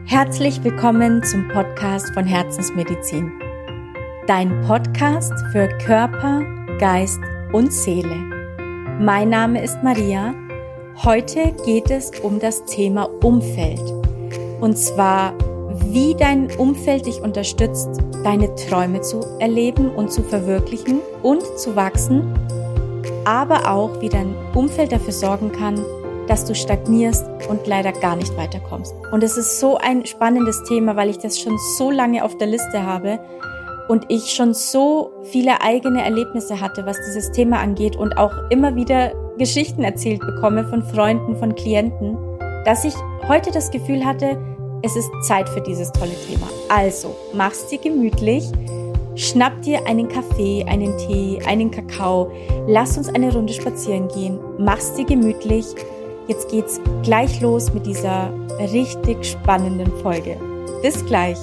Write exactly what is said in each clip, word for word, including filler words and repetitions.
Herzlich willkommen zum Podcast von Herzensmedizin. Dein Podcast für Körper, Geist und Seele. Mein Name ist Maria. Heute geht es um das Thema Umfeld. Und zwar, wie dein Umfeld dich unterstützt, deine Träume zu erleben und zu verwirklichen und zu wachsen, aber auch, wie dein Umfeld dafür sorgen kann, dass du stagnierst und leider gar nicht weiterkommst. Und es ist so ein spannendes Thema, weil ich das schon so lange auf der Liste habe und ich schon so viele eigene Erlebnisse hatte, was dieses Thema angeht und auch immer wieder Geschichten erzählt bekomme von Freunden, von Klienten, dass ich heute das Gefühl hatte, es ist Zeit für dieses tolle Thema. Also, mach's dir gemütlich, schnapp dir einen Kaffee, einen Tee, einen Kakao, lass uns eine Runde spazieren gehen, mach's dir gemütlich. Jetzt geht's gleich los mit dieser richtig spannenden Folge. Bis gleich!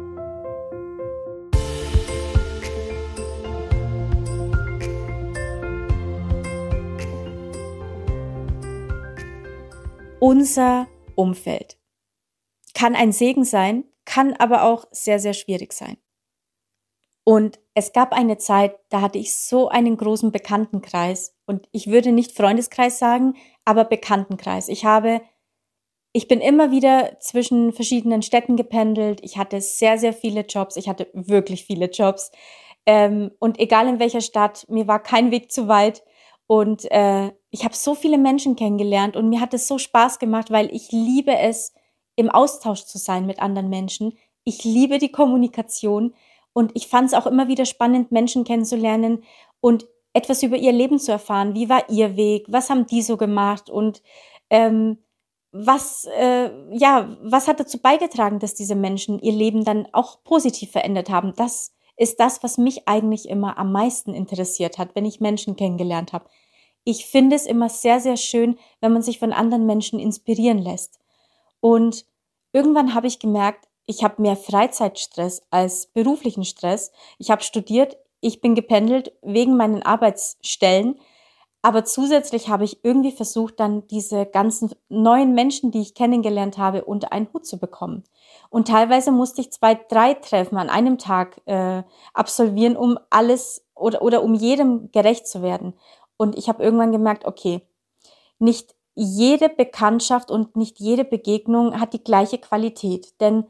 Unser Umfeld kann ein Segen sein, kann aber auch sehr, sehr schwierig sein. Und es gab eine Zeit, da hatte ich so einen großen Bekanntenkreis und ich würde nicht Freundeskreis sagen, aber Bekanntenkreis. Ich habe, ich bin immer wieder zwischen verschiedenen Städten gependelt. Ich hatte sehr, sehr viele Jobs. Ich hatte wirklich viele Jobs. Ähm, und egal in welcher Stadt, mir war kein Weg zu weit. Und äh, ich habe so viele Menschen kennengelernt und mir hat es so Spaß gemacht, weil ich liebe es, im Austausch zu sein mit anderen Menschen. Ich liebe die Kommunikation. Und ich fand es auch immer wieder spannend, Menschen kennenzulernen und etwas über ihr Leben zu erfahren. Wie war ihr Weg? Was haben die so gemacht? Und ähm, was, äh, ja, was hat dazu beigetragen, dass diese Menschen ihr Leben dann auch positiv verändert haben? Das ist das, was mich eigentlich immer am meisten interessiert hat, wenn ich Menschen kennengelernt habe. Ich finde es immer sehr, sehr schön, wenn man sich von anderen Menschen inspirieren lässt. Und irgendwann habe ich gemerkt, ich habe mehr Freizeitstress als beruflichen Stress. Ich habe studiert, ich bin gependelt wegen meinen Arbeitsstellen, aber zusätzlich habe ich irgendwie versucht, dann diese ganzen neuen Menschen, die ich kennengelernt habe, unter einen Hut zu bekommen. Und teilweise musste ich zwei, drei Treffen an einem Tag äh, absolvieren, um alles oder, oder um jedem gerecht zu werden. Und ich habe irgendwann gemerkt, okay, nicht jede Bekanntschaft und nicht jede Begegnung hat die gleiche Qualität, denn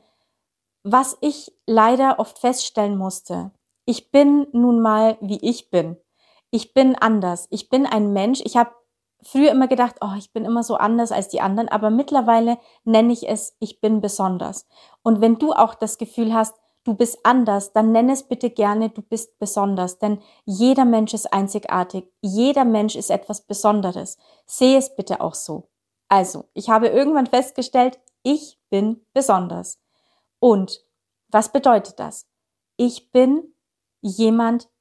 was ich leider oft feststellen musste, ich bin nun mal, wie ich bin. Ich bin anders. Ich bin ein Mensch. Ich habe früher immer gedacht, oh, ich bin immer so anders als die anderen, aber mittlerweile nenne ich es, ich bin besonders. Und wenn du auch das Gefühl hast, du bist anders, dann nenne es bitte gerne, du bist besonders, denn jeder Mensch ist einzigartig. Jeder Mensch ist etwas Besonderes. Sehe es bitte auch so. Also, ich habe irgendwann festgestellt, ich bin besonders. Und was bedeutet das? Ich bin jemand,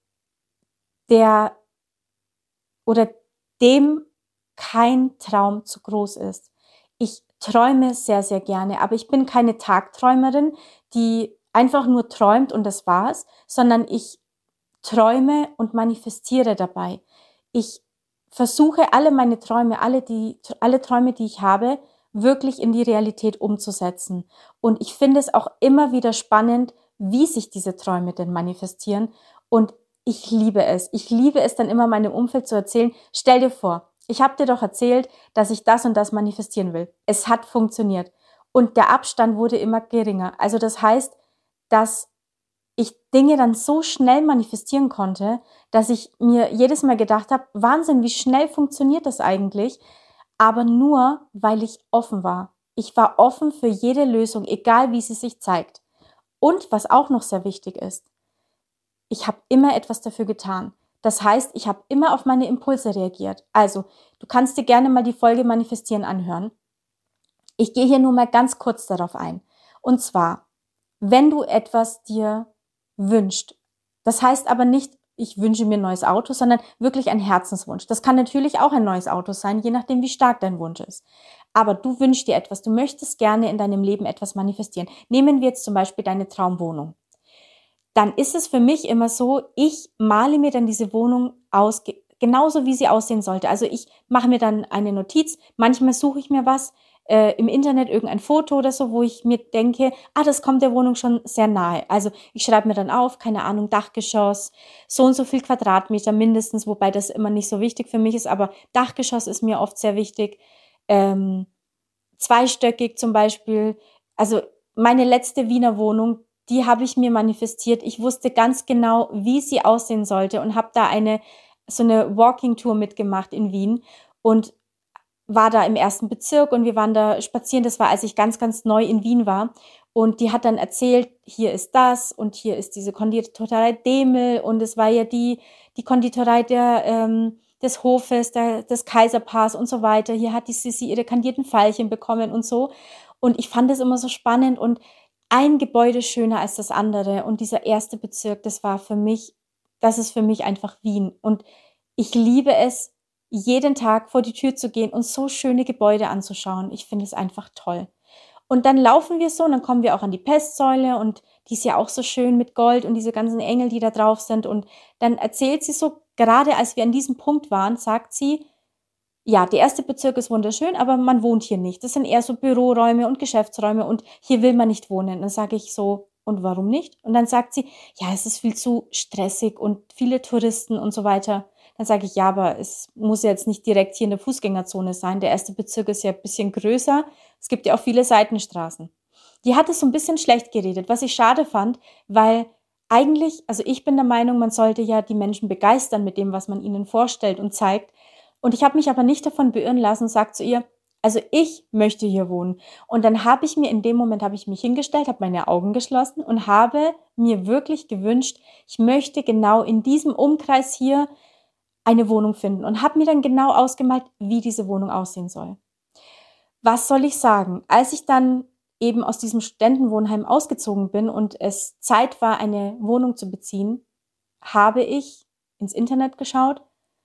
der oder dem kein Traum zu groß ist. Ich träume sehr, sehr gerne, aber ich bin keine Tagträumerin, die einfach nur träumt und das war's, sondern ich träume und manifestiere dabei. Ich versuche alle meine Träume, alle die, alle Träume, die ich habe, wirklich in die Realität umzusetzen. Und ich finde es auch immer wieder spannend, wie sich diese Träume denn manifestieren. Und ich liebe es. Ich liebe es dann immer meinem Umfeld zu erzählen. Stell dir vor, ich habe dir doch erzählt, dass ich das und das manifestieren will. Es hat funktioniert. Und der Abstand wurde immer geringer. Also das heißt, dass ich Dinge dann so schnell manifestieren konnte, dass ich mir jedes Mal gedacht habe, Wahnsinn, wie schnell funktioniert das eigentlich? Aber nur, weil ich offen war. Ich war offen für jede Lösung, egal wie sie sich zeigt. Und was auch noch sehr wichtig ist, ich habe immer etwas dafür getan. Das heißt, ich habe immer auf meine Impulse reagiert. Also, du kannst dir gerne mal die Folge Manifestieren anhören. Ich gehe hier nur mal ganz kurz darauf ein. Und zwar, wenn du etwas dir wünschst, das heißt aber nicht, ich wünsche mir ein neues Auto, sondern wirklich ein Herzenswunsch. Das kann natürlich auch ein neues Auto sein, je nachdem, wie stark dein Wunsch ist. Aber du wünschst dir etwas, du möchtest gerne in deinem Leben etwas manifestieren. Nehmen wir jetzt zum Beispiel deine Traumwohnung. Dann ist es für mich immer so, ich male mir dann diese Wohnung aus, genauso wie sie aussehen sollte. Also ich mache mir dann eine Notiz, manchmal suche ich mir was, äh, im Internet irgendein Foto oder so, wo ich mir denke, ah, das kommt der Wohnung schon sehr nahe. Also ich schreibe mir dann auf, keine Ahnung, Dachgeschoss, so und so viel Quadratmeter mindestens, wobei das immer nicht so wichtig für mich ist, aber Dachgeschoss ist mir oft sehr wichtig. Ähm, zweistöckig zum Beispiel. Also meine letzte Wiener Wohnung, die habe ich mir manifestiert. Ich wusste ganz genau, wie sie aussehen sollte und habe da eine so eine Walking-Tour mitgemacht in Wien und war da im ersten Bezirk und wir waren da spazieren. Das war, als ich ganz, ganz neu in Wien war. Und die hat dann erzählt, hier ist das und hier ist diese Konditorei Demel und es war ja die, die Konditorei der, ähm, des Hofes, der, des Kaiserpaars und so weiter. Hier hat die Sissi ihre kandierten Veilchen bekommen und so. Und ich fand es immer so spannend und ein Gebäude schöner als das andere. Und dieser erste Bezirk, das war für mich, das ist für mich einfach Wien. Und ich liebe es, jeden Tag vor die Tür zu gehen und so schöne Gebäude anzuschauen. Ich finde es einfach toll. Und dann laufen wir so und dann kommen wir auch an die Pestsäule und die ist ja auch so schön mit Gold und diese ganzen Engel, die da drauf sind. Und dann erzählt sie so, gerade als wir an diesem Punkt waren, sagt sie, ja, der erste Bezirk ist wunderschön, aber man wohnt hier nicht. Das sind eher so Büroräume und Geschäftsräume und hier will man nicht wohnen. Dann sage ich so, und warum nicht? Und dann sagt sie, ja, es ist viel zu stressig und viele Touristen und so weiter. Dann sage ich, ja, aber es muss ja jetzt nicht direkt hier in der Fußgängerzone sein. Der erste Bezirk ist ja ein bisschen größer. Es gibt ja auch viele Seitenstraßen. Die hat es so ein bisschen schlecht geredet, was ich schade fand, weil eigentlich, also ich bin der Meinung, man sollte ja die Menschen begeistern mit dem, was man ihnen vorstellt und zeigt. Und ich habe mich aber nicht davon beirren lassen und sage zu ihr, also ich möchte hier wohnen. Und dann habe ich mir, in dem Moment habe ich mich hingestellt, habe meine Augen geschlossen und habe mir wirklich gewünscht, ich möchte genau in diesem Umkreis hier eine Wohnung finden und habe mir dann genau ausgemalt, wie diese Wohnung aussehen soll. Was soll ich sagen? Als ich dann eben aus diesem Studentenwohnheim ausgezogen bin und es Zeit war, eine Wohnung zu beziehen, habe ich ins Internet geschaut,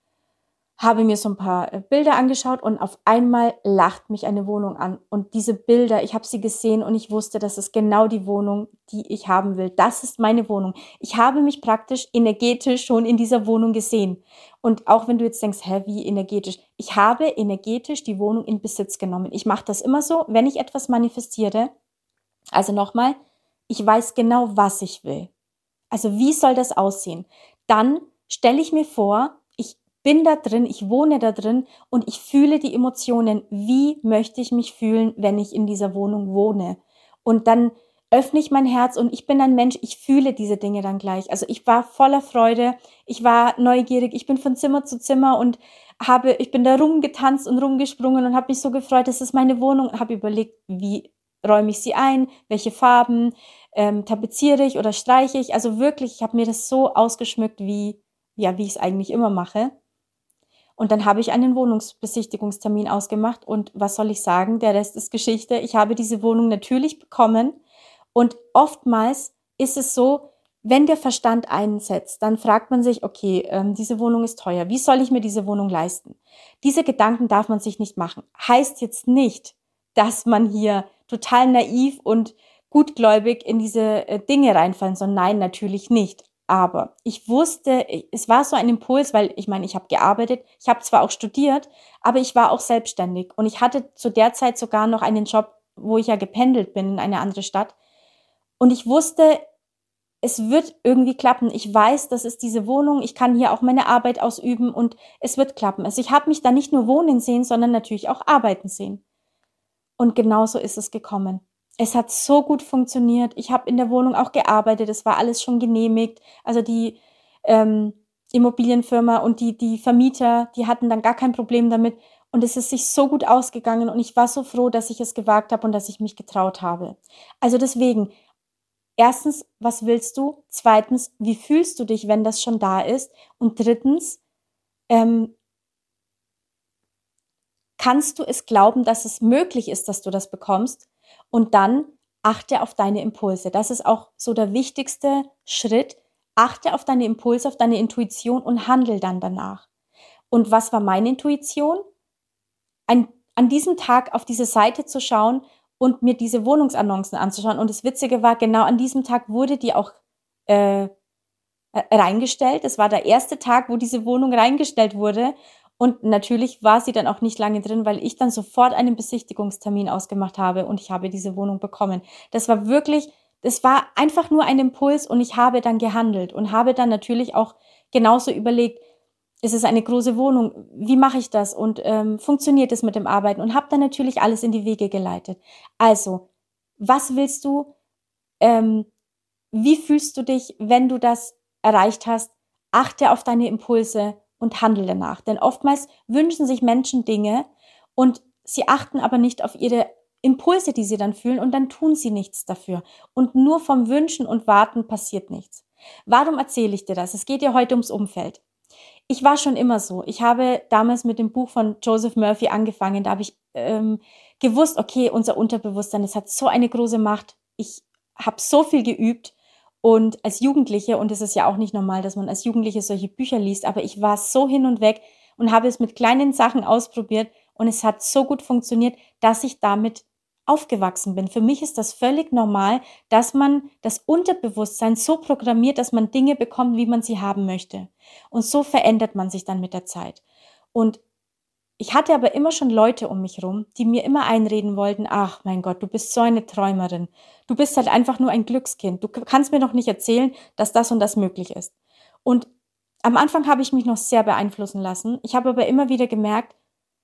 habe mir so ein paar Bilder angeschaut und auf einmal lacht mich eine Wohnung an. Und diese Bilder, ich habe sie gesehen und ich wusste, das ist genau die Wohnung, die ich haben will. Das ist meine Wohnung. Ich habe mich praktisch energetisch schon in dieser Wohnung gesehen. Und auch wenn du jetzt denkst, hä, wie energetisch? Ich habe energetisch die Wohnung in Besitz genommen. Ich mache das immer so, wenn ich etwas manifestiere. Also nochmal, ich weiß genau, was ich will. Also wie soll das aussehen? Dann stelle ich mir vor, ich bin da drin, ich wohne da drin und ich fühle die Emotionen. Wie möchte ich mich fühlen, wenn ich in dieser Wohnung wohne? Und dann öffne ich mein Herz und ich bin ein Mensch, ich fühle diese Dinge dann gleich. Also ich war voller Freude, ich war neugierig, ich bin von Zimmer zu Zimmer und habe, ich bin da rumgetanzt und rumgesprungen und habe mich so gefreut, das ist meine Wohnung und habe überlegt, wie räume ich sie ein, welche Farben, ähm, tapeziere ich oder streiche ich. Also wirklich, ich habe mir das so ausgeschmückt, wie, ja, wie ich es eigentlich immer mache. Und dann habe ich einen Wohnungsbesichtigungstermin ausgemacht und was soll ich sagen, der Rest ist Geschichte. Ich habe diese Wohnung natürlich bekommen und oftmals ist es so, wenn der Verstand einsetzt, dann fragt man sich, okay, ähm, diese Wohnung ist teuer, wie soll ich mir diese Wohnung leisten? Diese Gedanken darf man sich nicht machen. Heißt jetzt nicht, dass man hier total naiv und gutgläubig in diese äh, Dinge reinfallen soll. Nein, natürlich nicht. Aber ich wusste, es war so ein Impuls, weil ich meine, ich habe gearbeitet, ich habe zwar auch studiert, aber ich war auch selbstständig und ich hatte zu der Zeit sogar noch einen Job, wo ich ja gependelt bin in eine andere Stadt und ich wusste, es wird irgendwie klappen. Ich weiß, das ist diese Wohnung, ich kann hier auch meine Arbeit ausüben und es wird klappen. Also ich habe mich da nicht nur wohnen sehen, sondern natürlich auch arbeiten sehen. Und genauso ist es gekommen. Es hat so gut funktioniert. Ich habe in der Wohnung auch gearbeitet. Es war alles schon genehmigt. Also die ähm, Immobilienfirma und die, die Vermieter, die hatten dann gar kein Problem damit. Und es ist sich so gut ausgegangen. Und ich war so froh, dass ich es gewagt habe und dass ich mich getraut habe. Also deswegen, erstens, was willst du? Zweitens, wie fühlst du dich, wenn das schon da ist? Und drittens, ähm, kannst du es glauben, dass es möglich ist, dass du das bekommst? Und dann achte auf deine Impulse. Das ist auch so der wichtigste Schritt. Achte auf deine Impulse, auf deine Intuition und handle dann danach. Und was war meine Intuition? Ein, an diesem Tag auf diese Seite zu schauen und mir diese Wohnungsannoncen anzuschauen. Und das Witzige war, genau an diesem Tag wurde die auch äh, reingestellt. Es war der erste Tag, wo diese Wohnung reingestellt wurde. Und natürlich war sie dann auch nicht lange drin, weil ich dann sofort einen Besichtigungstermin ausgemacht habe und ich habe diese Wohnung bekommen. Das war wirklich, das war einfach nur ein Impuls und ich habe dann gehandelt und habe dann natürlich auch genauso überlegt, ist es eine große Wohnung, wie mache ich das und ähm, funktioniert es mit dem Arbeiten und habe dann natürlich alles in die Wege geleitet. Also, was willst du, ähm, wie fühlst du dich, wenn du das erreicht hast? Achte auf deine Impulse und handle danach. Denn oftmals wünschen sich Menschen Dinge und sie achten aber nicht auf ihre Impulse, die sie dann fühlen und dann tun sie nichts dafür. Und nur vom Wünschen und Warten passiert nichts. Warum erzähle ich dir das? Es geht ja heute ums Umfeld. Ich war schon immer so. Ich habe damals mit dem Buch von Joseph Murphy angefangen. Da habe ich ähm, gewusst, okay, unser Unterbewusstsein, das hat so eine große Macht. Ich habe so viel geübt und als Jugendliche, und es ist ja auch nicht normal, dass man als Jugendliche solche Bücher liest, aber ich war so hin und weg und habe es mit kleinen Sachen ausprobiert und es hat so gut funktioniert, dass ich damit aufgewachsen bin. Für mich ist das völlig normal, dass man das Unterbewusstsein so programmiert, dass man Dinge bekommt, wie man sie haben möchte. Und so verändert man sich dann mit der Zeit. Und ich hatte aber immer schon Leute um mich rum, die mir immer einreden wollten, ach mein Gott, du bist so eine Träumerin. Du bist halt einfach nur ein Glückskind. Du kannst mir doch nicht erzählen, dass das und das möglich ist. Und am Anfang habe ich mich noch sehr beeinflussen lassen. Ich habe aber immer wieder gemerkt,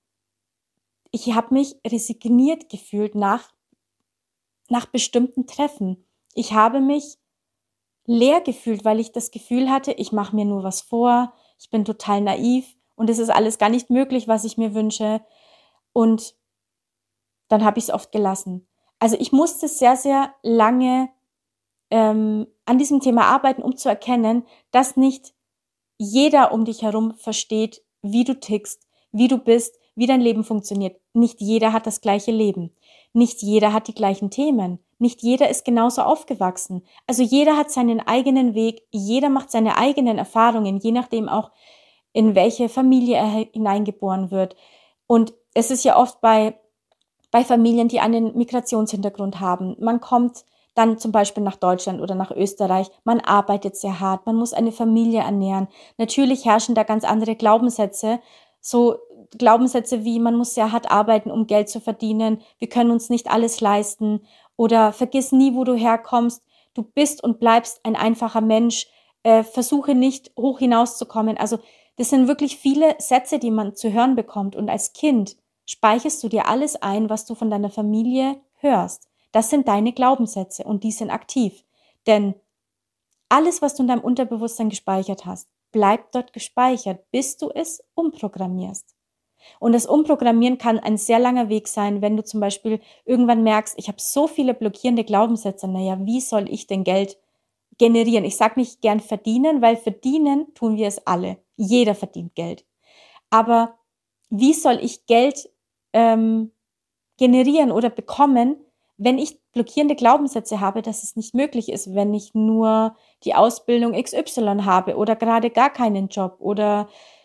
ich habe mich resigniert gefühlt nach, nach bestimmten Treffen. Ich habe mich leer gefühlt, weil ich das Gefühl hatte, ich mache mir nur was vor, ich bin total naiv und es ist alles gar nicht möglich, was ich mir wünsche. Und dann habe ich es oft gelassen. Also ich musste sehr, sehr lange ähm, an diesem Thema arbeiten, um zu erkennen, dass nicht jeder um dich herum versteht, wie du tickst, wie du bist, wie dein Leben funktioniert. Nicht jeder hat das gleiche Leben. Nicht jeder hat die gleichen Themen. Nicht jeder ist genauso aufgewachsen. Also jeder hat seinen eigenen Weg, jeder macht seine eigenen Erfahrungen, je nachdem auch, in welche Familie er hineingeboren wird. Und es ist ja oft bei, bei Familien, die einen Migrationshintergrund haben. Man kommt dann zum Beispiel nach Deutschland oder nach Österreich. Man arbeitet sehr hart, man muss eine Familie ernähren. Natürlich herrschen da ganz andere Glaubenssätze, so Glaubenssätze wie, man muss sehr hart arbeiten, um Geld zu verdienen, wir können uns nicht alles leisten oder vergiss nie, wo du herkommst, du bist und bleibst ein einfacher Mensch, äh, versuche nicht hoch hinauszukommen. Also das sind wirklich viele Sätze, die man zu hören bekommt und als Kind speicherst du dir alles ein, was du von deiner Familie hörst. Das sind deine Glaubenssätze und die sind aktiv. Denn alles, was du in deinem Unterbewusstsein gespeichert hast, bleibt dort gespeichert, bis du es umprogrammierst. Und das Umprogrammieren kann ein sehr langer Weg sein, wenn du zum Beispiel irgendwann merkst, ich habe so viele blockierende Glaubenssätze, naja, wie soll ich denn Geld generieren? Ich sage nicht gern verdienen, weil verdienen tun wir es alle. Jeder verdient Geld. Aber wie soll ich Geld ähm, generieren oder bekommen, wenn ich blockierende Glaubenssätze habe, dass es nicht möglich ist, wenn ich nur die Ausbildung X Y habe oder gerade gar keinen Job oder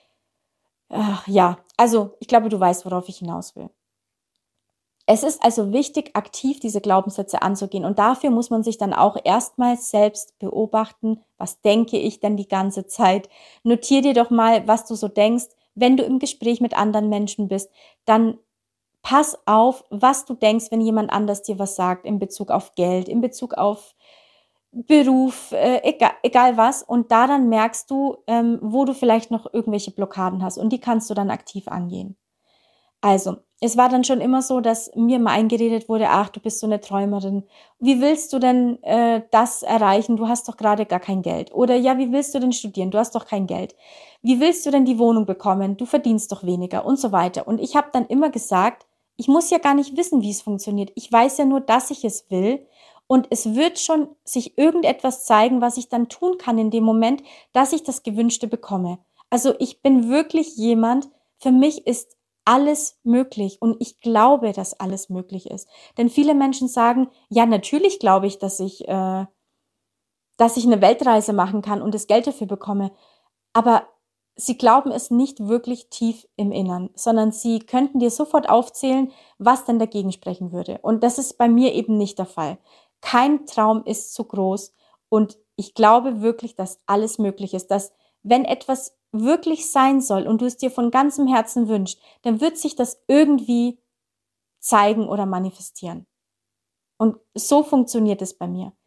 ach, ja, also ich glaube, du weißt, worauf ich hinaus will. Es ist also wichtig, aktiv diese Glaubenssätze anzugehen und dafür muss man sich dann auch erstmal selbst beobachten, was denke ich denn die ganze Zeit. Notier dir doch mal, was du so denkst, wenn du im Gespräch mit anderen Menschen bist, dann pass auf, was du denkst, wenn jemand anders dir was sagt in Bezug auf Geld, in Bezug auf Beruf, äh, egal, egal was. Und daran merkst du, ähm, wo du vielleicht noch irgendwelche Blockaden hast. Und die kannst du dann aktiv angehen. Also, es war dann schon immer so, dass mir mal eingeredet wurde, ach, du bist so eine Träumerin. Wie willst du denn äh, das erreichen? Du hast doch gerade gar kein Geld. Oder ja, wie willst du denn studieren? Du hast doch kein Geld. Wie willst du denn die Wohnung bekommen? Du verdienst doch weniger und so weiter. Und ich habe dann immer gesagt, ich muss ja gar nicht wissen, wie es funktioniert. Ich weiß ja nur, dass ich es will. Und es wird schon sich irgendetwas zeigen, was ich dann tun kann in dem Moment, dass ich das Gewünschte bekomme. Also ich bin wirklich jemand, für mich ist alles möglich und ich glaube, dass alles möglich ist. Denn viele Menschen sagen, ja, natürlich glaube ich, dass ich, äh, dass ich eine Weltreise machen kann und das Geld dafür bekomme. Aber sie glauben es nicht wirklich tief im Innern, sondern sie könnten dir sofort aufzählen, was denn dagegen sprechen würde. Und das ist bei mir eben nicht der Fall. Kein Traum ist zu groß und ich glaube wirklich, dass alles möglich ist, dass wenn etwas wirklich sein soll und du es dir von ganzem Herzen wünschst, dann wird sich das irgendwie zeigen oder manifestieren. Und so funktioniert es bei mir.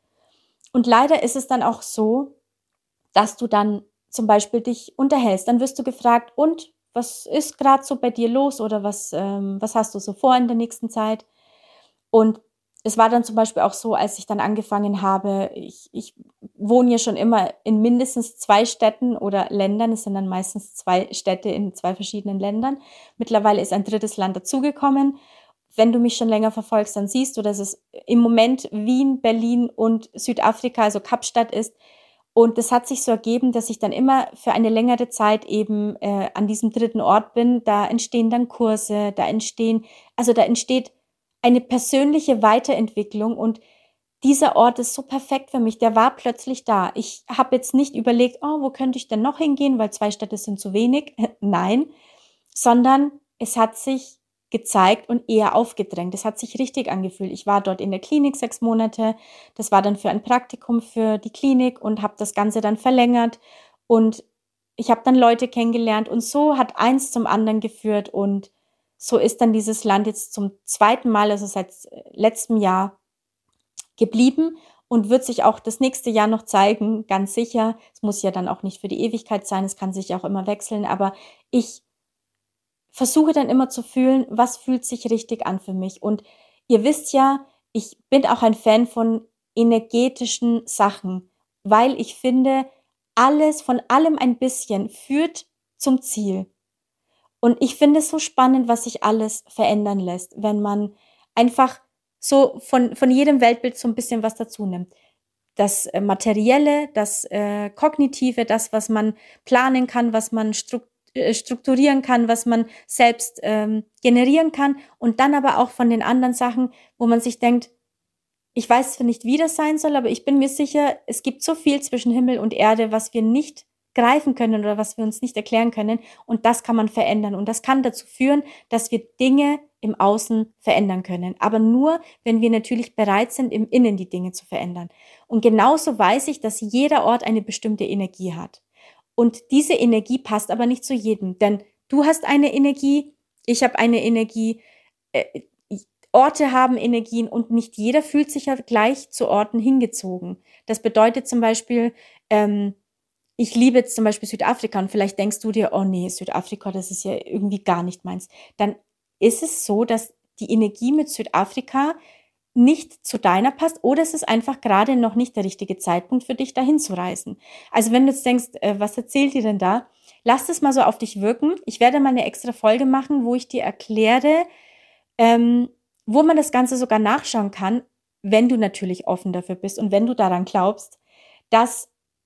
Und leider ist es dann auch so, dass du dann zum Beispiel dich unterhältst. Dann wirst du gefragt, und was ist gerade so bei dir los oder was, ähm, was hast du so vor in der nächsten Zeit? Und es war dann zum Beispiel auch so, als ich dann angefangen habe, ich, ich wohne ja schon immer in mindestens zwei Städten oder Ländern. Es sind dann meistens zwei Städte in zwei verschiedenen Ländern. Mittlerweile ist ein drittes Land dazugekommen. Wenn du mich schon länger verfolgst, dann siehst du, dass es im Moment Wien, Berlin und Südafrika, also Kapstadt ist. Und das hat sich so ergeben, dass ich dann immer für eine längere Zeit eben äh, an diesem dritten Ort bin. Da entstehen dann Kurse, da entstehen, also da entsteht eine persönliche Weiterentwicklung und dieser Ort ist so perfekt für mich. Der war plötzlich da. Ich habe jetzt nicht überlegt, oh, wo könnte ich denn noch hingehen, weil zwei Städte sind zu wenig. Nein, sondern es hat sich gezeigt und eher aufgedrängt. Es hat sich richtig angefühlt. Ich war dort in der Klinik sechs Monate. Das war dann für ein Praktikum für die Klinik und habe das Ganze dann verlängert. Und ich habe dann Leute kennengelernt und so hat eins zum anderen geführt und so ist dann dieses Land jetzt zum zweiten Mal, also seit letztem Jahr, geblieben und wird sich auch das nächste Jahr noch zeigen, ganz sicher. Es muss ja dann auch nicht für die Ewigkeit sein, es kann sich auch immer wechseln, aber ich versuche dann immer zu fühlen, was fühlt sich richtig an für mich. Und ihr wisst ja, ich bin auch ein Fan von energetischen Sachen, weil ich finde, alles, von allem ein bisschen führt zum Ziel. Und ich finde es so spannend, was sich alles verändern lässt, wenn man einfach so von, von jedem Weltbild so ein bisschen was dazu nimmt. Das äh, Materielle, das äh, Kognitive, das, was man planen kann, was man stru äh, strukturieren kann, was man selbst ähm, generieren kann. Und dann aber auch von den anderen Sachen, wo man sich denkt, ich weiß zwar nicht, wie das sein soll, aber ich bin mir sicher, es gibt so viel zwischen Himmel und Erde, was wir nicht greifen können oder was wir uns nicht erklären können. Und das kann man verändern. Und das kann dazu führen, dass wir Dinge im Außen verändern können. Aber nur, wenn wir natürlich bereit sind, im Innen die Dinge zu verändern. Und genauso weiß ich, dass jeder Ort eine bestimmte Energie hat. Und diese Energie passt aber nicht zu jedem. Denn du hast eine Energie, ich habe eine Energie, äh, Orte haben Energien und nicht jeder fühlt sich ja gleich zu Orten hingezogen. Das bedeutet zum Beispiel, ähm, ich liebe jetzt zum Beispiel Südafrika und vielleicht denkst du dir, oh nee, Südafrika, das ist ja irgendwie gar nicht meins. Dann ist es so, dass die Energie mit Südafrika nicht zu deiner passt oder es ist einfach gerade noch nicht der richtige Zeitpunkt für dich, dahin zu reisen. Also wenn du jetzt denkst, äh, was erzählt ihr denn da? Lass das mal so auf dich wirken. Ich werde mal eine extra Folge machen, wo ich dir erkläre, ähm, wo man das Ganze sogar nachschauen kann, wenn du natürlich offen dafür bist und wenn du daran glaubst, dass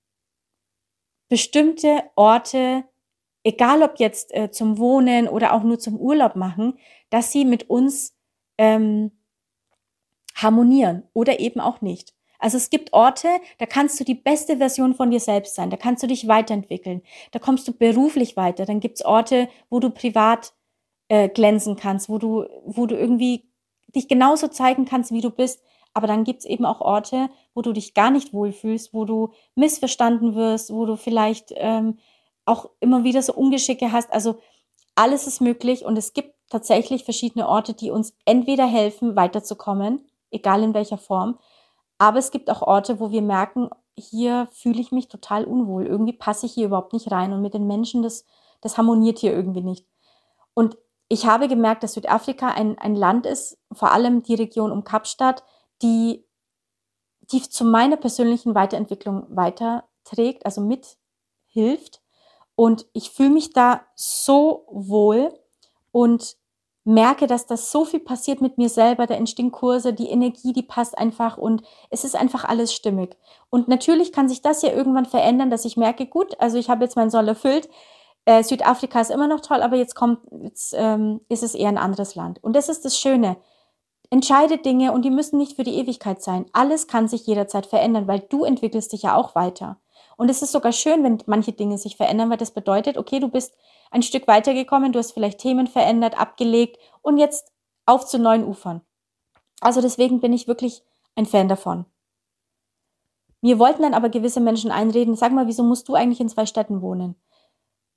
bestimmte Orte, egal ob jetzt äh, zum Wohnen oder auch nur zum Urlaub machen, dass sie mit uns ähm, harmonieren oder eben auch nicht. Also es gibt Orte, da kannst du die beste Version von dir selbst sein, da kannst du dich weiterentwickeln, da kommst du beruflich weiter, dann gibt's Orte, wo du privat äh, glänzen kannst, wo du, wo du irgendwie dich genauso zeigen kannst, wie du bist. Aber dann gibt's eben auch Orte, wo du dich gar nicht wohlfühlst, wo du missverstanden wirst, wo du vielleicht ähm, auch immer wieder so Ungeschicke hast. Also alles ist möglich und es gibt tatsächlich verschiedene Orte, die uns entweder helfen, weiterzukommen, egal in welcher Form. Aber es gibt auch Orte, wo wir merken, hier fühle ich mich total unwohl. Irgendwie passe ich hier überhaupt nicht rein und mit den Menschen, das, das harmoniert hier irgendwie nicht. Und ich habe gemerkt, dass Südafrika ein, ein Land ist, vor allem die Region um Kapstadt, die, die zu meiner persönlichen Weiterentwicklung weiterträgt, also mithilft. Und ich fühle mich da so wohl und merke, dass das so viel passiert mit mir selber, da entstehen Kurse, die Energie, die passt einfach und es ist einfach alles stimmig. Und natürlich kann sich das ja irgendwann verändern, dass ich merke, gut, also ich habe jetzt meinen Soll erfüllt, äh, Südafrika ist immer noch toll, aber jetzt kommt, jetzt ähm, ist es eher ein anderes Land. Und das ist das Schöne. Entscheide Dinge und die müssen nicht für die Ewigkeit sein. Alles kann sich jederzeit verändern, weil du entwickelst dich ja auch weiter. Und es ist sogar schön, wenn manche Dinge sich verändern, weil das bedeutet, okay, du bist ein Stück weitergekommen, du hast vielleicht Themen verändert, abgelegt und jetzt auf zu neuen Ufern. Also deswegen bin ich wirklich ein Fan davon. Mir wollten dann aber gewisse Menschen einreden, sag mal, wieso musst du eigentlich in zwei Städten wohnen?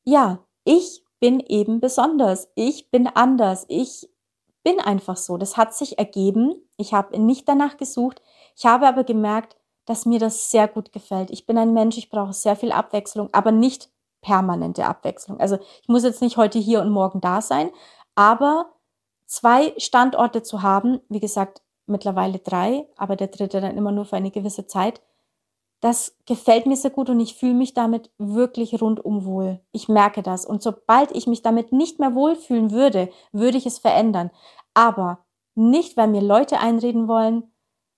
ja, ich bin eben besonders, ich bin anders, ich bin einfach so. Das hat sich ergeben. Ich habe nicht danach gesucht. Ich habe aber gemerkt, dass mir das sehr gut gefällt. Ich bin ein Mensch, ich brauche sehr viel Abwechslung, aber nicht permanente Abwechslung. Also ich muss jetzt nicht heute hier und morgen da sein, aber zwei Standorte zu haben, wie gesagt, mittlerweile drei, aber der dritte dann immer nur für eine gewisse Zeit, das gefällt mir sehr gut und ich fühle mich damit wirklich rundum wohl. Ich merke das. Und sobald ich mich damit nicht mehr wohlfühlen würde, würde ich es verändern. Aber nicht, weil mir Leute einreden wollen,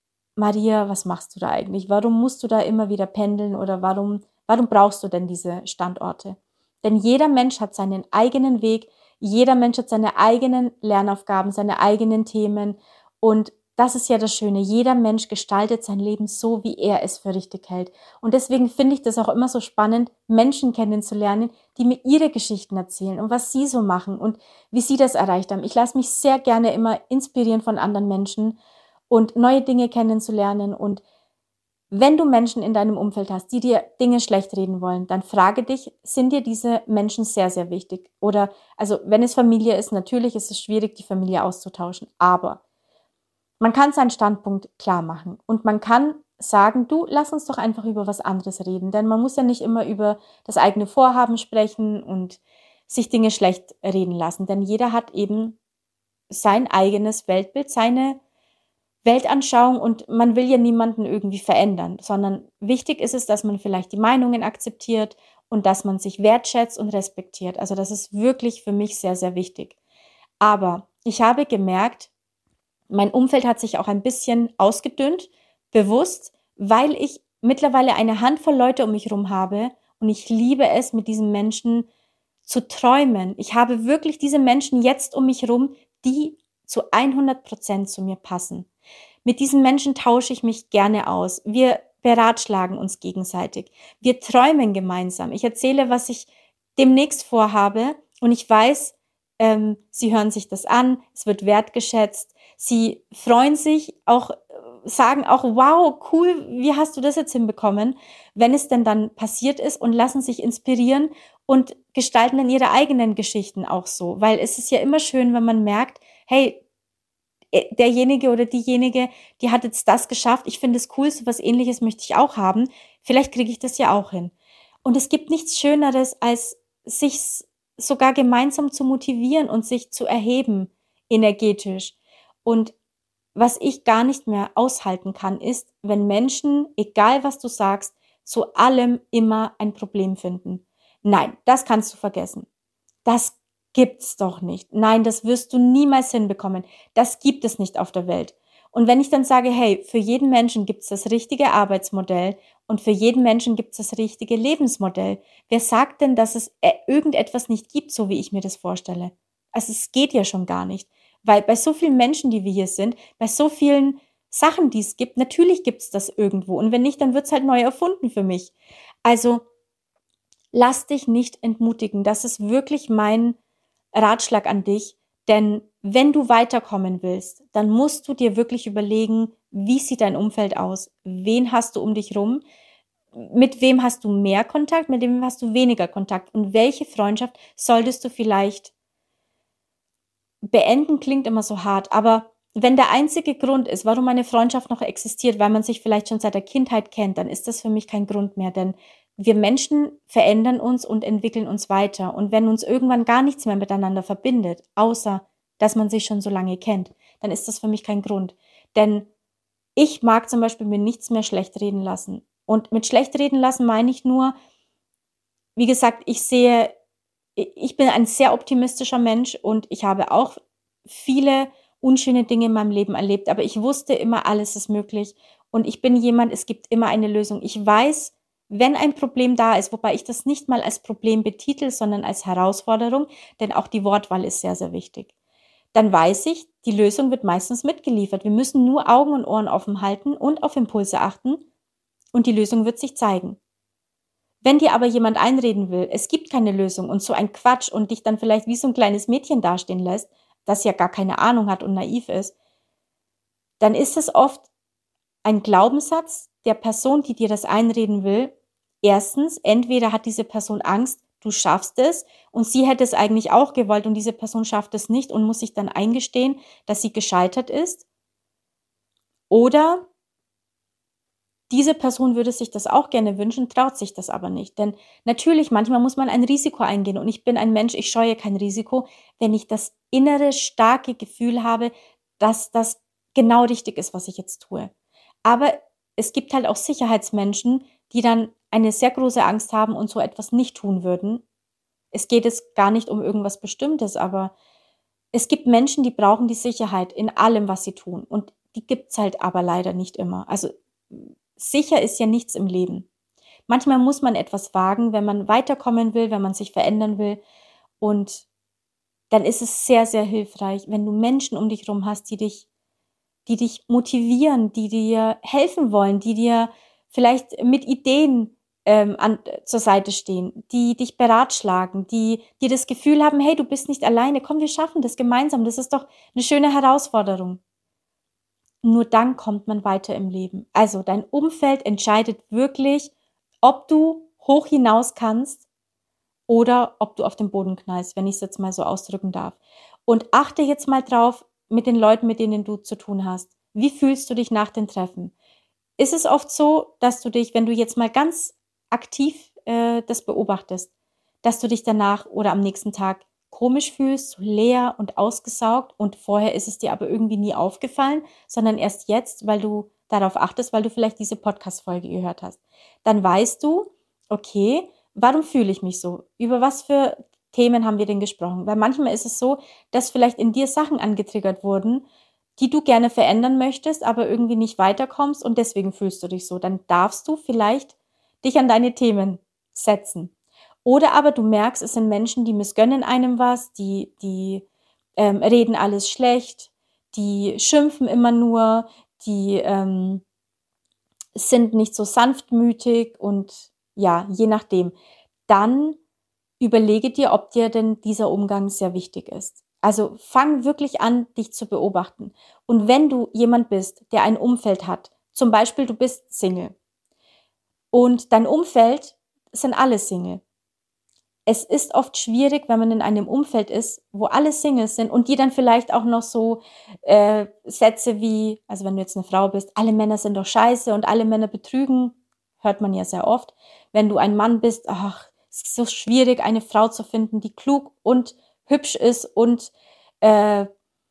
Maria, was machst du da eigentlich? Warum musst du da immer wieder pendeln oder warum, warum brauchst du denn diese Standorte? Denn jeder Mensch hat seinen eigenen Weg, jeder Mensch hat seine eigenen Lernaufgaben, seine eigenen Themen und das ist ja das Schöne. Jeder Mensch gestaltet sein Leben so, wie er es für richtig hält. Und deswegen finde ich das auch immer so spannend, Menschen kennenzulernen, die mir ihre Geschichten erzählen und was sie so machen und wie sie das erreicht haben. Ich lasse mich sehr gerne immer inspirieren von anderen Menschen und neue Dinge kennenzulernen. Und wenn du Menschen in deinem Umfeld hast, die dir Dinge schlecht reden wollen, dann frage dich, sind dir diese Menschen sehr, sehr wichtig? Oder, also wenn es Familie ist, natürlich ist es schwierig, die Familie auszutauschen, aber man kann seinen Standpunkt klar machen und man kann sagen, du, lass uns doch einfach über was anderes reden, denn man muss ja nicht immer über das eigene Vorhaben sprechen und sich Dinge schlecht reden lassen, denn jeder hat eben sein eigenes Weltbild, seine Weltanschauung und man will ja niemanden irgendwie verändern, sondern wichtig ist es, dass man vielleicht die Meinungen akzeptiert und dass man sich wertschätzt und respektiert. Also das ist wirklich für mich sehr, sehr wichtig. Aber ich habe gemerkt, mein Umfeld hat sich auch ein bisschen ausgedünnt, bewusst, weil ich mittlerweile eine Handvoll Leute um mich herum habe und ich liebe es, mit diesen Menschen zu träumen. Ich habe wirklich diese Menschen jetzt um mich herum, die zu hundert Prozent zu mir passen. Mit diesen Menschen tausche ich mich gerne aus. Wir beratschlagen uns gegenseitig. Wir träumen gemeinsam. Ich erzähle, was ich demnächst vorhabe und ich weiß, ähm, sie hören sich das an, es wird wertgeschätzt. Sie freuen sich auch, sagen auch, wow, cool, wie hast du das jetzt hinbekommen, wenn es denn dann passiert ist und lassen sich inspirieren und gestalten dann ihre eigenen Geschichten auch so. Weil es ist ja immer schön, wenn man merkt, hey, derjenige oder diejenige, die hat jetzt das geschafft, ich finde es cool, so was Ähnliches möchte ich auch haben, vielleicht kriege ich das ja auch hin. Und es gibt nichts Schöneres, als sich sogar gemeinsam zu motivieren und sich zu erheben, energetisch. Und was ich gar nicht mehr aushalten kann, ist, wenn Menschen, egal was du sagst, zu allem immer ein Problem finden. Nein, das kannst du vergessen. Das gibt's doch nicht. Nein, das wirst du niemals hinbekommen. Das gibt es nicht auf der Welt. Und wenn ich dann sage, hey, für jeden Menschen gibt's das richtige Arbeitsmodell und für jeden Menschen gibt's das richtige Lebensmodell. Wer sagt denn, dass es irgendetwas nicht gibt, so wie ich mir das vorstelle? Also es geht ja schon gar nicht. Weil bei so vielen Menschen, die wir hier sind, bei so vielen Sachen, die es gibt, natürlich gibt's das irgendwo. Und wenn nicht, dann wird's halt neu erfunden für mich. Also lass dich nicht entmutigen. Das ist wirklich mein Ratschlag an dich, denn wenn du weiterkommen willst, dann musst du dir wirklich überlegen, wie sieht dein Umfeld aus? Wen hast du um dich rum? Mit wem hast du mehr Kontakt? Mit wem hast du weniger Kontakt? Und welche Freundschaft solltest du vielleicht beenden? Klingt immer so hart, aber wenn der einzige Grund ist, warum eine Freundschaft noch existiert, weil man sich vielleicht schon seit der Kindheit kennt, dann ist das für mich kein Grund mehr, denn wir Menschen verändern uns und entwickeln uns weiter. Und wenn uns irgendwann gar nichts mehr miteinander verbindet, außer dass man sich schon so lange kennt, dann ist das für mich kein Grund. Denn ich mag zum Beispiel mir nichts mehr schlecht reden lassen. Und mit schlecht reden lassen meine ich nur, wie gesagt, ich sehe, ich bin ein sehr optimistischer Mensch und ich habe auch viele unschöne Dinge in meinem Leben erlebt, aber ich wusste immer, alles ist möglich. Und ich bin jemand, es gibt immer eine Lösung. Ich weiß, wenn ein Problem da ist, wobei ich das nicht mal als Problem betitel, sondern als Herausforderung, denn auch die Wortwahl ist sehr, sehr wichtig, dann weiß ich, die Lösung wird meistens mitgeliefert. Wir müssen nur Augen und Ohren offen halten und auf Impulse achten und die Lösung wird sich zeigen. Wenn dir aber jemand einreden will, es gibt keine Lösung und so ein Quatsch und dich dann vielleicht wie so ein kleines Mädchen dastehen lässt, das ja gar keine Ahnung hat und naiv ist, dann ist es oft ein Glaubenssatz der Person, die dir das einreden will. Erstens, entweder hat diese Person Angst, du schaffst es und sie hätte es eigentlich auch gewollt und diese Person schafft es nicht und muss sich dann eingestehen, dass sie gescheitert ist. Oder diese Person würde sich das auch gerne wünschen, traut sich das aber nicht. Denn natürlich, manchmal muss man ein Risiko eingehen und ich bin ein Mensch, ich scheue kein Risiko, wenn ich das innere, starke Gefühl habe, dass das genau richtig ist, was ich jetzt tue. Aber es gibt halt auch Sicherheitsmenschen, die dann eine sehr große Angst haben und so etwas nicht tun würden. Es geht jetzt gar nicht um irgendwas Bestimmtes, aber es gibt Menschen, die brauchen die Sicherheit in allem, was sie tun. Und die gibt's halt aber leider nicht immer. Also sicher ist ja nichts im Leben. Manchmal muss man etwas wagen, wenn man weiterkommen will, wenn man sich verändern will. Und dann ist es sehr, sehr hilfreich, wenn du Menschen um dich herum hast, die dich, die dich motivieren, die dir helfen wollen, die dir vielleicht mit Ideen ähm, an, zur Seite stehen, die dich beratschlagen, die dir das Gefühl haben, hey, du bist nicht alleine, komm, wir schaffen das gemeinsam, das ist doch eine schöne Herausforderung. Nur dann kommt man weiter im Leben. Also dein Umfeld entscheidet wirklich, ob du hoch hinaus kannst oder ob du auf den Boden knallst, wenn ich es jetzt mal so ausdrücken darf. Und achte jetzt mal drauf mit den Leuten, mit denen du zu tun hast. Wie fühlst du dich nach den Treffen? Ist es oft so, dass du dich, wenn du jetzt mal ganz aktiv äh, das beobachtest, dass du dich danach oder am nächsten Tag komisch fühlst, so leer und ausgesaugt und vorher ist es dir aber irgendwie nie aufgefallen, sondern erst jetzt, weil du darauf achtest, weil du vielleicht diese Podcast-Folge gehört hast. Dann weißt du, okay, warum fühle ich mich so? Über was für Themen haben wir denn gesprochen? Weil manchmal ist es so, dass vielleicht in dir Sachen angetriggert wurden, die du gerne verändern möchtest, aber irgendwie nicht weiterkommst und deswegen fühlst du dich so. Dann darfst du vielleicht dich an deine Themen setzen. Oder aber du merkst, es sind Menschen, die missgönnen einem was, die, die ähm, reden alles schlecht, die schimpfen immer nur, die ähm, sind nicht so sanftmütig und ja, je nachdem. Dann überlege dir, ob dir denn dieser Umgang sehr wichtig ist. Also fang wirklich an, dich zu beobachten. Und wenn du jemand bist, der ein Umfeld hat, zum Beispiel du bist Single und dein Umfeld sind alle Single. Es ist oft schwierig, wenn man in einem Umfeld ist, wo alle Singles sind und die dann vielleicht auch noch so äh, Sätze wie, also wenn du jetzt eine Frau bist, alle Männer sind doch scheiße und alle Männer betrügen, hört man ja sehr oft. Wenn du ein Mann bist, ach, es ist so schwierig, eine Frau zu finden, die klug und hübsch ist und äh,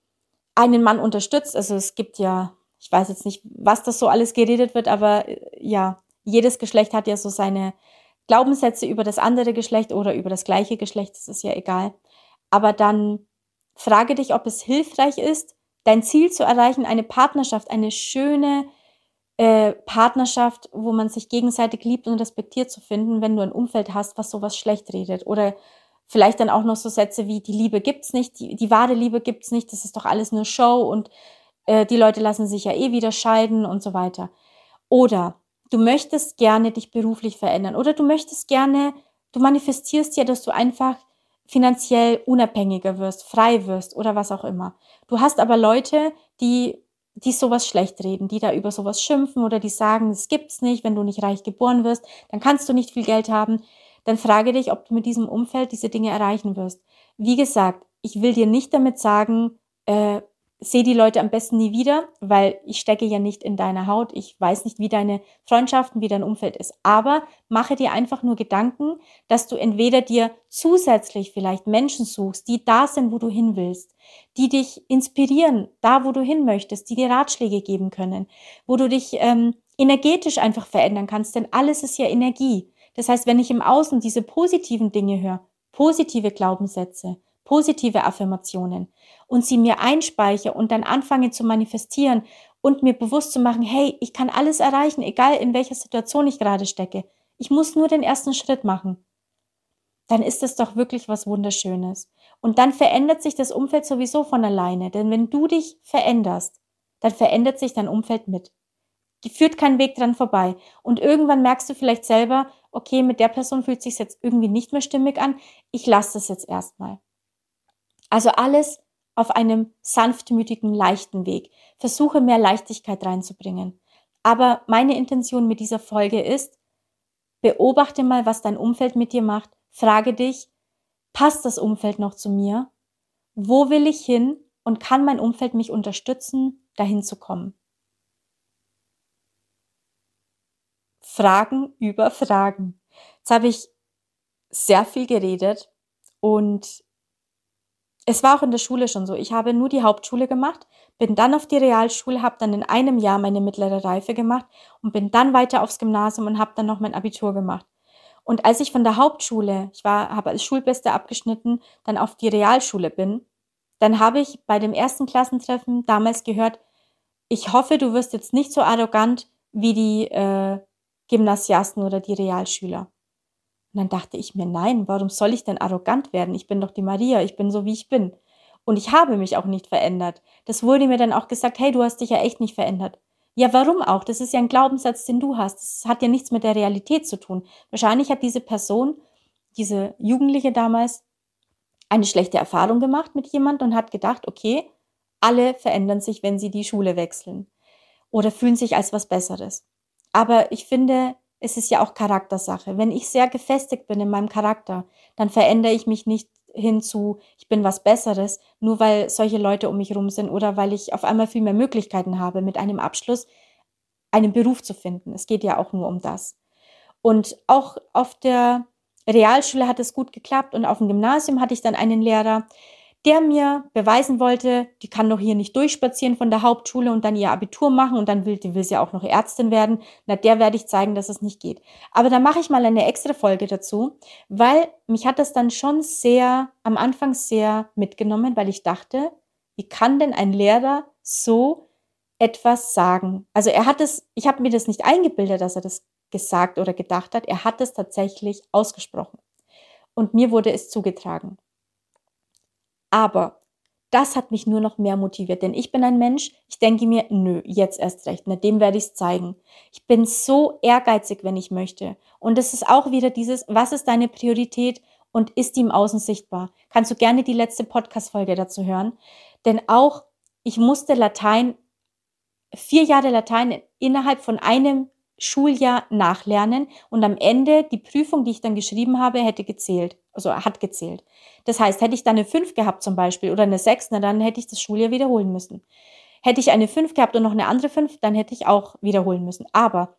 einen Mann unterstützt. Also es gibt ja, ich weiß jetzt nicht, was das so alles geredet wird, aber äh, ja, jedes Geschlecht hat ja so seine Glaubenssätze über das andere Geschlecht oder über das gleiche Geschlecht, das ist ja egal. Aber dann frage dich, ob es hilfreich ist, dein Ziel zu erreichen, eine Partnerschaft, eine schöne äh, Partnerschaft, wo man sich gegenseitig liebt und respektiert zu finden, wenn du ein Umfeld hast, was sowas schlecht redet. Oder vielleicht dann auch noch so Sätze wie, die Liebe gibt's nicht, die, die wahre Liebe gibt's nicht, das ist doch alles nur Show und äh, die Leute lassen sich ja eh wieder scheiden und so weiter. Oder du möchtest gerne dich beruflich verändern oder du möchtest gerne, du manifestierst ja, dass du einfach finanziell unabhängiger wirst, frei wirst oder was auch immer. Du hast aber Leute, die, die sowas schlecht reden, die da über sowas schimpfen oder die sagen, es gibt's nicht, wenn du nicht reich geboren wirst, dann kannst du nicht viel Geld haben. Dann frage dich, ob du mit diesem Umfeld diese Dinge erreichen wirst. Wie gesagt, ich will dir nicht damit sagen, äh, seh die Leute am besten nie wieder, weil ich stecke ja nicht in deiner Haut. Ich weiß nicht, wie deine Freundschaften, wie dein Umfeld ist. Aber mache dir einfach nur Gedanken, dass du entweder dir zusätzlich vielleicht Menschen suchst, die da sind, wo du hin willst, die dich inspirieren, da, wo du hin möchtest, die dir Ratschläge geben können, wo du dich ähm, energetisch einfach verändern kannst, denn alles ist ja Energie. Das heißt, wenn ich im Außen diese positiven Dinge höre, positive Glaubenssätze, positive Affirmationen und sie mir einspeichere und dann anfange zu manifestieren und mir bewusst zu machen, hey, ich kann alles erreichen, egal in welcher Situation ich gerade stecke. Ich muss nur den ersten Schritt machen. Dann ist es doch wirklich was Wunderschönes. Und dann verändert sich das Umfeld sowieso von alleine, denn wenn du dich veränderst, dann verändert sich dein Umfeld mit. Die führt kein Weg dran vorbei. Und irgendwann merkst du vielleicht selber, okay, mit der Person fühlt es sich jetzt irgendwie nicht mehr stimmig an, ich lasse das jetzt erstmal. Also alles auf einem sanftmütigen, leichten Weg. Versuche mehr Leichtigkeit reinzubringen. Aber meine Intention mit dieser Folge ist, beobachte mal, was dein Umfeld mit dir macht. Frage dich, passt das Umfeld noch zu mir? Wo will ich hin und kann mein Umfeld mich unterstützen, dahin zu kommen? Fragen über Fragen. Jetzt habe ich sehr viel geredet und es war auch in der Schule schon so. Ich habe nur die Hauptschule gemacht, bin dann auf die Realschule, habe dann in einem Jahr meine mittlere Reife gemacht und bin dann weiter aufs Gymnasium und habe dann noch mein Abitur gemacht. Und als ich von der Hauptschule, ich war, habe als Schulbeste abgeschnitten, dann auf die Realschule bin, dann habe ich bei dem ersten Klassentreffen damals gehört, ich hoffe, du wirst jetzt nicht so arrogant wie die äh, Gymnasiasten oder die Realschüler. Und dann dachte ich mir, nein, warum soll ich denn arrogant werden? Ich bin doch die Maria, ich bin so, wie ich bin. Und ich habe mich auch nicht verändert. Das wurde mir dann auch gesagt, hey, du hast dich ja echt nicht verändert. Ja, warum auch? Das ist ja ein Glaubenssatz, den du hast. Das hat ja nichts mit der Realität zu tun. Wahrscheinlich hat diese Person, diese Jugendliche damals, eine schlechte Erfahrung gemacht mit jemand und hat gedacht, okay, alle verändern sich, wenn sie die Schule wechseln oder fühlen sich als was Besseres. Aber ich finde, es ist ja auch Charaktersache. Wenn ich sehr gefestigt bin in meinem Charakter, dann verändere ich mich nicht hinzu, ich bin was Besseres, nur weil solche Leute um mich rum sind oder weil ich auf einmal viel mehr Möglichkeiten habe, mit einem Abschluss einen Beruf zu finden. Es geht ja auch nur um das. Und auch auf der Realschule hat es gut geklappt und auf dem Gymnasium hatte ich dann einen Lehrer, der mir beweisen wollte, die kann doch hier nicht durchspazieren von der Hauptschule und dann ihr Abitur machen und dann will, die will sie auch noch Ärztin werden. Na, der werde ich zeigen, dass es nicht geht. Aber da mache ich mal eine extra Folge dazu, weil mich hat das dann schon sehr, am Anfang sehr mitgenommen, weil ich dachte, wie kann denn ein Lehrer so etwas sagen? Also er hat es, ich habe mir das nicht eingebildet, dass er das gesagt oder gedacht hat, er hat es tatsächlich ausgesprochen. Und mir wurde es zugetragen. Aber das hat mich nur noch mehr motiviert, denn ich bin ein Mensch, ich denke mir, nö, jetzt erst recht, na, dem werde ich es zeigen. Ich bin so ehrgeizig, wenn ich möchte. Und es ist auch wieder dieses, was ist deine Priorität und ist die im Außen sichtbar? Kannst du gerne die letzte Podcast-Folge dazu hören? Denn auch, ich musste Latein, vier Jahre Latein innerhalb von einem Schuljahr nachlernen und am Ende die Prüfung, die ich dann geschrieben habe, hätte gezählt, also hat gezählt. Das heißt, hätte ich dann eine fünf gehabt zum Beispiel oder eine sechs, na, dann hätte ich das Schuljahr wiederholen müssen. Hätte ich eine fünf gehabt und noch eine andere fünf, dann hätte ich auch wiederholen müssen. Aber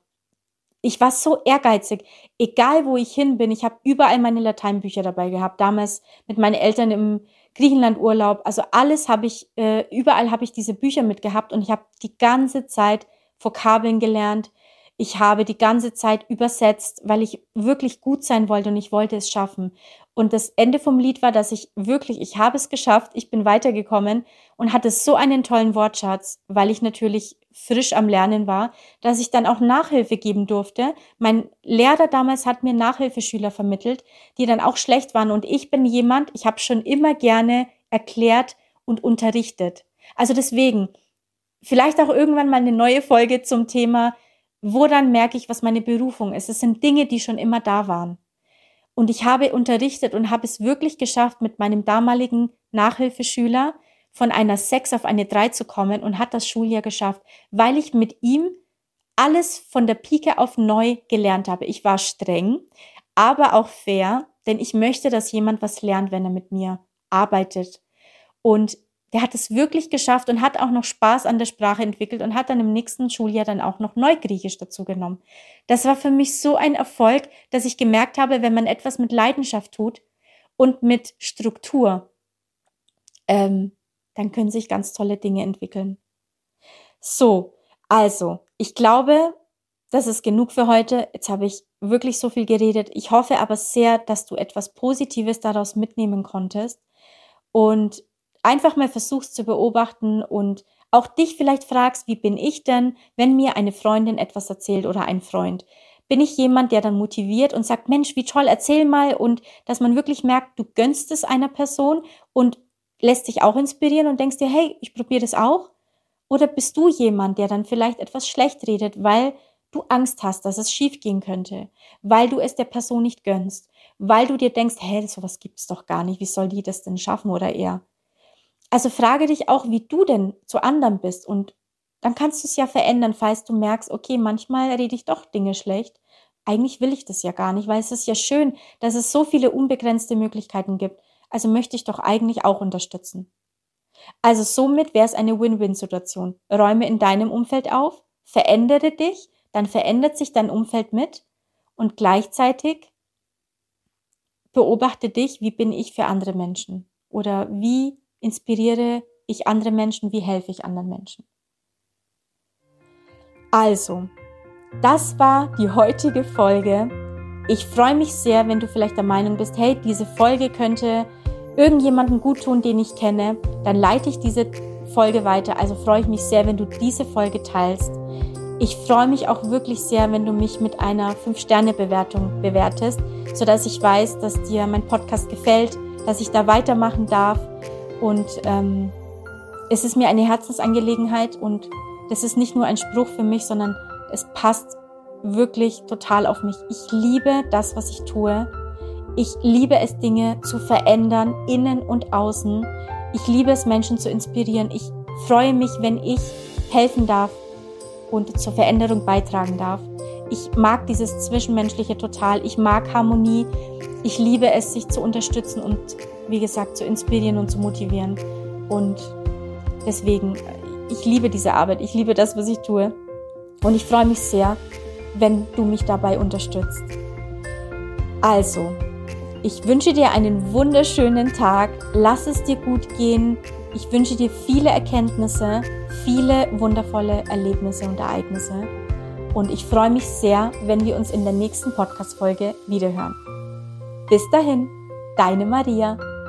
ich war so ehrgeizig, egal wo ich hin bin, ich habe überall meine Lateinbücher dabei gehabt, damals mit meinen Eltern im Griechenlandurlaub, also alles habe ich, äh, überall habe ich diese Bücher mitgehabt und ich habe die ganze Zeit Vokabeln gelernt. Ich habe die ganze Zeit übersetzt, weil ich wirklich gut sein wollte und ich wollte es schaffen. Und das Ende vom Lied war, dass ich wirklich, ich habe es geschafft, ich bin weitergekommen und hatte so einen tollen Wortschatz, weil ich natürlich frisch am Lernen war, dass ich dann auch Nachhilfe geben durfte. Mein Lehrer damals hat mir Nachhilfeschüler vermittelt, die dann auch schlecht waren. Und ich bin jemand, ich habe schon immer gerne erklärt und unterrichtet. Also deswegen, vielleicht auch irgendwann mal eine neue Folge zum Thema, woran merke ich, was meine Berufung ist. Es sind Dinge, die schon immer da waren. Und ich habe unterrichtet und habe es wirklich geschafft, mit meinem damaligen Nachhilfeschüler von einer sechs auf eine drei zu kommen und hat das Schuljahr geschafft, weil ich mit ihm alles von der Pike auf neu gelernt habe. Ich war streng, aber auch fair, denn ich möchte, dass jemand was lernt, wenn er mit mir arbeitet. Und der hat es wirklich geschafft und hat auch noch Spaß an der Sprache entwickelt und hat dann im nächsten Schuljahr dann auch noch Neugriechisch dazu genommen. Das war für mich so ein Erfolg, dass ich gemerkt habe, wenn man etwas mit Leidenschaft tut und mit Struktur, ähm, dann können sich ganz tolle Dinge entwickeln. So, also, ich glaube, das ist genug für heute. Jetzt habe ich wirklich so viel geredet. Ich hoffe aber sehr, dass du etwas Positives daraus mitnehmen konntest und einfach mal versuchst zu beobachten und auch dich vielleicht fragst, wie bin ich denn, wenn mir eine Freundin etwas erzählt oder ein Freund? Bin ich jemand, der dann motiviert und sagt, Mensch, wie toll, erzähl mal, und dass man wirklich merkt, du gönnst es einer Person und lässt dich auch inspirieren und denkst dir, hey, ich probiere das auch? Oder bist du jemand, der dann vielleicht etwas schlecht redet, weil du Angst hast, dass es schiefgehen könnte, weil du es der Person nicht gönnst, weil du dir denkst, hä, sowas gibt's doch gar nicht, wie soll die das denn schaffen oder er? Also frage dich auch, wie du denn zu anderen bist, und dann kannst du es ja verändern, falls du merkst, okay, manchmal rede ich doch Dinge schlecht, eigentlich will ich das ja gar nicht, weil es ist ja schön, dass es so viele unbegrenzte Möglichkeiten gibt. Also möchte ich doch eigentlich auch unterstützen. Also somit wäre es eine Win-Win-Situation. Räume in deinem Umfeld auf, verändere dich, dann verändert sich dein Umfeld mit und gleichzeitig beobachte dich, wie bin ich für andere Menschen oder wie inspiriere ich andere Menschen, wie helfe ich anderen Menschen. Also, das war die heutige Folge. Ich freue mich sehr, wenn du vielleicht der Meinung bist, hey, diese Folge könnte irgendjemandem gut tun, den ich kenne, dann leite ich diese Folge weiter. Also freue ich mich sehr, wenn du diese Folge teilst. Ich freue mich auch wirklich sehr, wenn du mich mit einer fünf Sterne Bewertung bewertest, sodass ich weiß, dass dir mein Podcast gefällt, dass ich da weitermachen darf. Und ähm, es ist mir eine Herzensangelegenheit und das ist nicht nur ein Spruch für mich, sondern es passt wirklich total auf mich. Ich liebe das, was ich tue. Ich liebe es, Dinge zu verändern, innen und außen. Ich liebe es, Menschen zu inspirieren. Ich freue mich, wenn ich helfen darf und zur Veränderung beitragen darf. Ich mag dieses Zwischenmenschliche total. Ich mag Harmonie. Ich liebe es, sich zu unterstützen und, wie gesagt, zu inspirieren und zu motivieren. Und deswegen, ich liebe diese Arbeit. Ich liebe das, was ich tue. Und ich freue mich sehr, wenn du mich dabei unterstützt. Also, ich wünsche dir einen wunderschönen Tag. Lass es dir gut gehen. Ich wünsche dir viele Erkenntnisse, viele wundervolle Erlebnisse und Ereignisse. Und ich freue mich sehr, wenn wir uns in der nächsten Podcast-Folge wiederhören. Bis dahin, deine Maria.